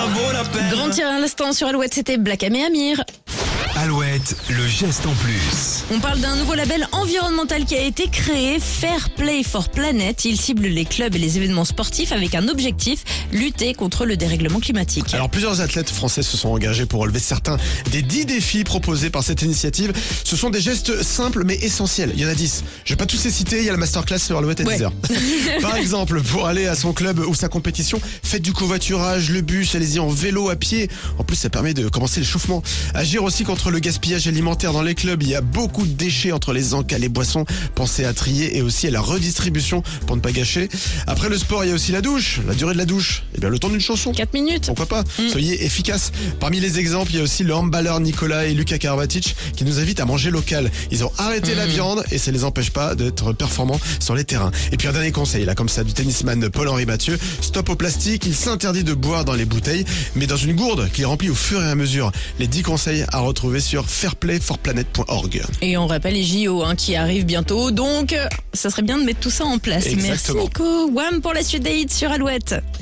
vaut la peine. Grand tir à l'instant sur Alouette, c'était Black M et Amir. Alouette, le geste en plus. On parle d'un nouveau label environnemental qui a été créé, Fair Play for Planet. Il cible les clubs et les événements sportifs avec un objectif, lutter contre le dérèglement climatique. Alors plusieurs athlètes français se sont engagés pour relever certains des 10 défis proposés par cette initiative. Ce sont des gestes simples mais essentiels. Il y en a 10. Je vais pas tous les citer, il y a la masterclass sur Alouette à 10h. Par exemple, pour aller à son club ou sa compétition, faites du covoiturage, le bus, allez-y en vélo, à pied. En plus, ça permet de commencer l'échauffement. Agir aussi contre le gaspillage alimentaire dans les clubs. Il y a beaucoup de déchets entre les encas, les boissons. Pensez à trier et aussi à la redistribution pour ne pas gâcher. Après le sport, il y a aussi la douche. La durée de la douche, eh bien le temps d'une chanson. 4 minutes. Pourquoi pas? Soyez efficaces. Parmi les exemples, il y a aussi le handballeur Nicolas et Luka Karabatic qui nous invitent à manger local. Ils ont arrêté la viande et ça les empêche pas d'être performants sur les terrains. Et puis un dernier conseil, là comme ça, du tennisman Paul-Henri Mathieu. Stop au plastique. Il s'interdit de boire dans les bouteilles, mais dans une gourde qu'il remplit au fur et à mesure. Les 10 conseils à retrouver sur fairplayforplanet.org. Et on rappelle les JO qui arrivent bientôt, donc ça serait bien de mettre tout ça en place. Exactement. Merci Nico. Wham pour la suite des hits sur Alouette.